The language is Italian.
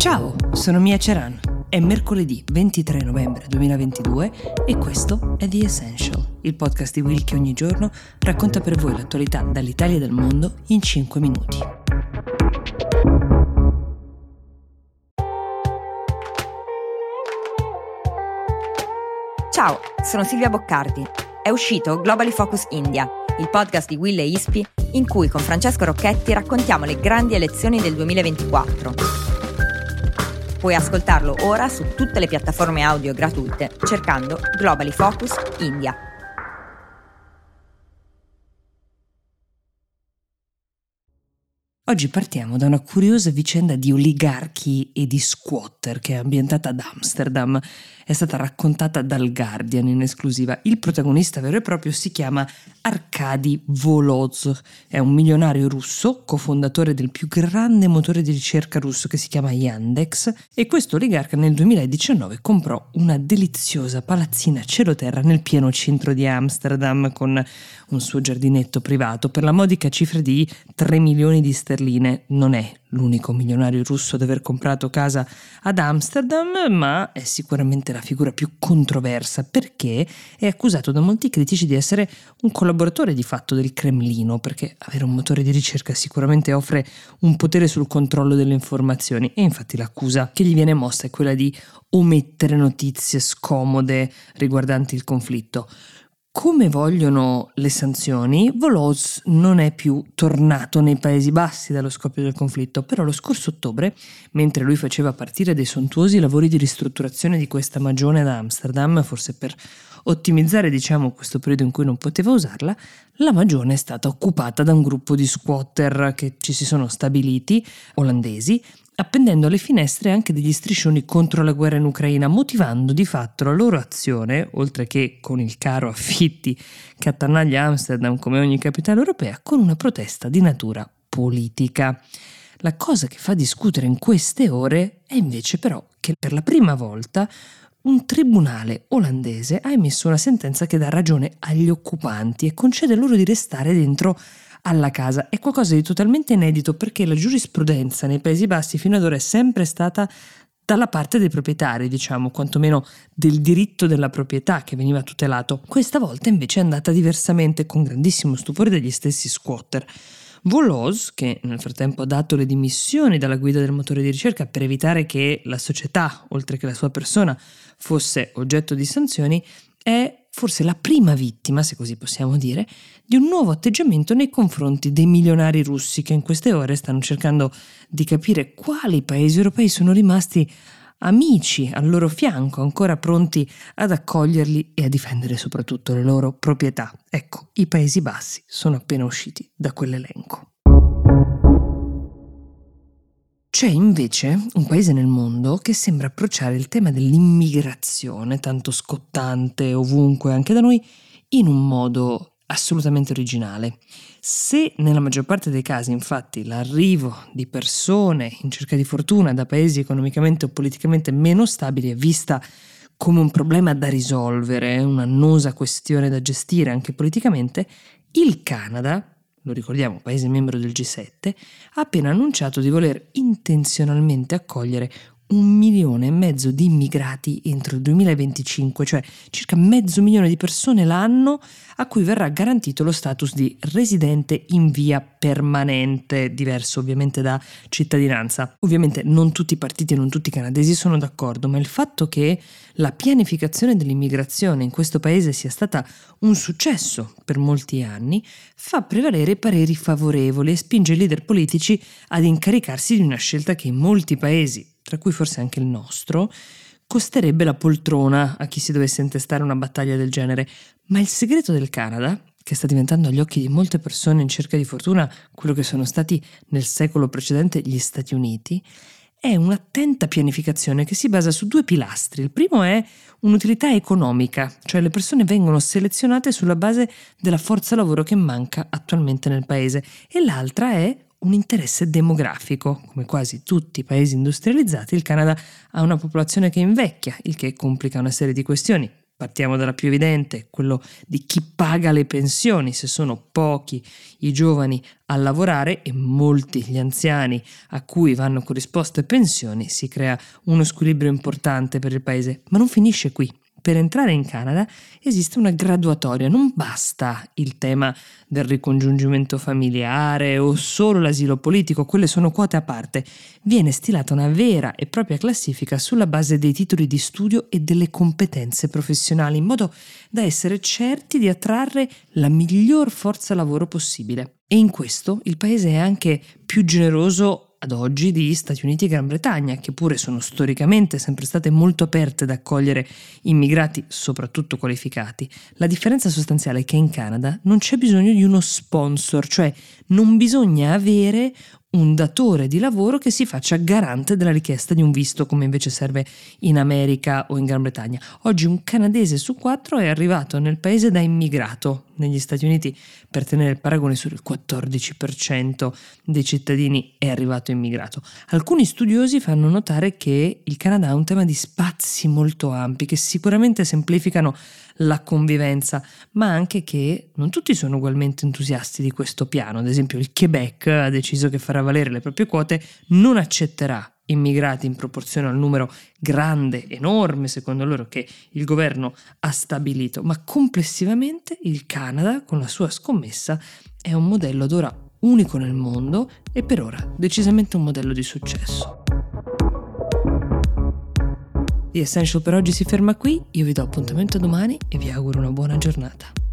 Ciao, sono Mia Ceran. È mercoledì 23 novembre 2022 e questo è The Essential, il podcast di Will che ogni giorno racconta per voi l'attualità dall'Italia e dal mondo in 5 minuti. Ciao, sono Silvia Boccardi. È uscito Globally Focus India, il podcast di Will e ISPI in cui con Francesco Rocchetti raccontiamo le grandi elezioni del 2024. Puoi ascoltarlo ora su tutte le piattaforme audio gratuite cercando Globally Focus India. Oggi partiamo da una curiosa vicenda di oligarchi e di squatter che è ambientata ad Amsterdam. È stata raccontata dal Guardian in esclusiva. Il protagonista vero e proprio si chiama Arkady Voloz. È un milionario russo, cofondatore del più grande motore di ricerca russo che si chiama Yandex, e questo oligarca nel 2019 comprò una deliziosa palazzina cielo-terra nel pieno centro di Amsterdam con un suo giardinetto privato per la modica cifra di 3 milioni di sterline. Non è l'unico milionario russo ad aver comprato casa ad Amsterdam, ma è sicuramente la figura più controversa perché è accusato da molti critici di essere un collaboratore di fatto del Cremlino, perché avere un motore di ricerca sicuramente offre un potere sul controllo delle informazioni e infatti l'accusa che gli viene mossa è quella di omettere notizie scomode riguardanti il conflitto. Come vogliono le sanzioni, Voloz non è più tornato nei Paesi Bassi dallo scoppio del conflitto, però lo scorso ottobre, mentre lui faceva partire dei sontuosi lavori di ristrutturazione di questa magione ad Amsterdam, forse per ottimizzare questo periodo in cui non poteva usarla, la magione è stata occupata da un gruppo di squatter che ci si sono stabiliti, olandesi, appendendo alle finestre anche degli striscioni contro la guerra in Ucraina, motivando di fatto la loro azione, oltre che con il caro affitti che attanaglia Amsterdam come ogni capitale europea, con una protesta di natura politica. La cosa che fa discutere in queste ore è invece però che per la prima volta un tribunale olandese ha emesso una sentenza che dà ragione agli occupanti e concede loro di restare dentro alla casa. È qualcosa di totalmente inedito perché la giurisprudenza nei Paesi Bassi fino ad ora è sempre stata dalla parte dei proprietari, quantomeno del diritto della proprietà che veniva tutelato. Questa volta invece è andata diversamente, con grandissimo stupore degli stessi squatter. Voloz, che nel frattempo ha dato le dimissioni dalla guida del motore di ricerca per evitare che la società, oltre che la sua persona, fosse oggetto di sanzioni, è forse la prima vittima, se così possiamo dire, di un nuovo atteggiamento nei confronti dei milionari russi che in queste ore stanno cercando di capire quali paesi europei sono rimasti amici al loro fianco, ancora pronti ad accoglierli e a difendere soprattutto le loro proprietà. Ecco, i Paesi Bassi sono appena usciti da quell'elenco. C'è invece un paese nel mondo che sembra approcciare il tema dell'immigrazione, tanto scottante ovunque, anche da noi, in un modo assolutamente originale. Se nella maggior parte dei casi, infatti, l'arrivo di persone in cerca di fortuna da paesi economicamente o politicamente meno stabili è vista come un problema da risolvere, un'annosa questione da gestire anche politicamente, il Canada, lo ricordiamo, paese membro del G7, ha appena annunciato di voler intenzionalmente accogliere 1,5 milioni di immigrati entro il 2025, cioè circa 500.000 di persone l'anno a cui verrà garantito lo status di residente in via permanente, diverso ovviamente da cittadinanza. Ovviamente non tutti i partiti e non tutti i canadesi sono d'accordo, ma il fatto che la pianificazione dell'immigrazione in questo paese sia stata un successo per molti anni fa prevalere i pareri favorevoli e spinge i leader politici ad incaricarsi di una scelta che in molti paesi, tra cui forse anche il nostro, costerebbe la poltrona a chi si dovesse intestare una battaglia del genere. Ma il segreto del Canada, che sta diventando agli occhi di molte persone in cerca di fortuna quello che sono stati nel secolo precedente gli Stati Uniti, è un'attenta pianificazione che si basa su 2 pilastri. Il primo è un'utilità economica, cioè le persone vengono selezionate sulla base della forza lavoro che manca attualmente nel paese, e l'altra è un interesse demografico. Come quasi tutti i paesi industrializzati, il Canada ha una popolazione che invecchia, il che complica una serie di questioni, Partiamo dalla più evidente, quello di chi paga le pensioni. Se sono pochi i giovani a lavorare e molti gli anziani a cui vanno corrisposte pensioni, si crea uno squilibrio importante per il paese. Ma non finisce qui. Per entrare in Canada esiste una graduatoria, non basta il tema del ricongiungimento familiare o solo l'asilo politico, quelle sono quote a parte. Viene stilata una vera e propria classifica sulla base dei titoli di studio e delle competenze professionali, in modo da essere certi di attrarre la miglior forza lavoro possibile. E in questo il paese è anche più generoso ad oggi di Stati Uniti e Gran Bretagna, che pure sono storicamente sempre state molto aperte ad accogliere immigrati, soprattutto qualificati. La differenza sostanziale è che in Canada non c'è bisogno di uno sponsor, cioè non bisogna avere un datore di lavoro che si faccia garante della richiesta di un visto, come invece serve in America o in Gran Bretagna. Oggi un canadese su 4 è arrivato nel paese da immigrato. Negli Stati Uniti, per tenere il paragone, solo il 14% dei cittadini è arrivato immigrato. Alcuni studiosi fanno notare che il Canada ha un tema di spazi molto ampi che sicuramente semplificano la convivenza, ma anche che non tutti sono ugualmente entusiasti di questo piano. Ad esempio il Quebec ha deciso che farà valere le proprie quote, non accetterà immigrati in proporzione al numero grande, enorme secondo loro, che il governo ha stabilito, ma complessivamente il Canada con la sua scommessa è un modello ad ora unico nel mondo e per ora decisamente un modello di successo. The Essential per oggi si ferma qui, io vi do appuntamento domani e vi auguro una buona giornata.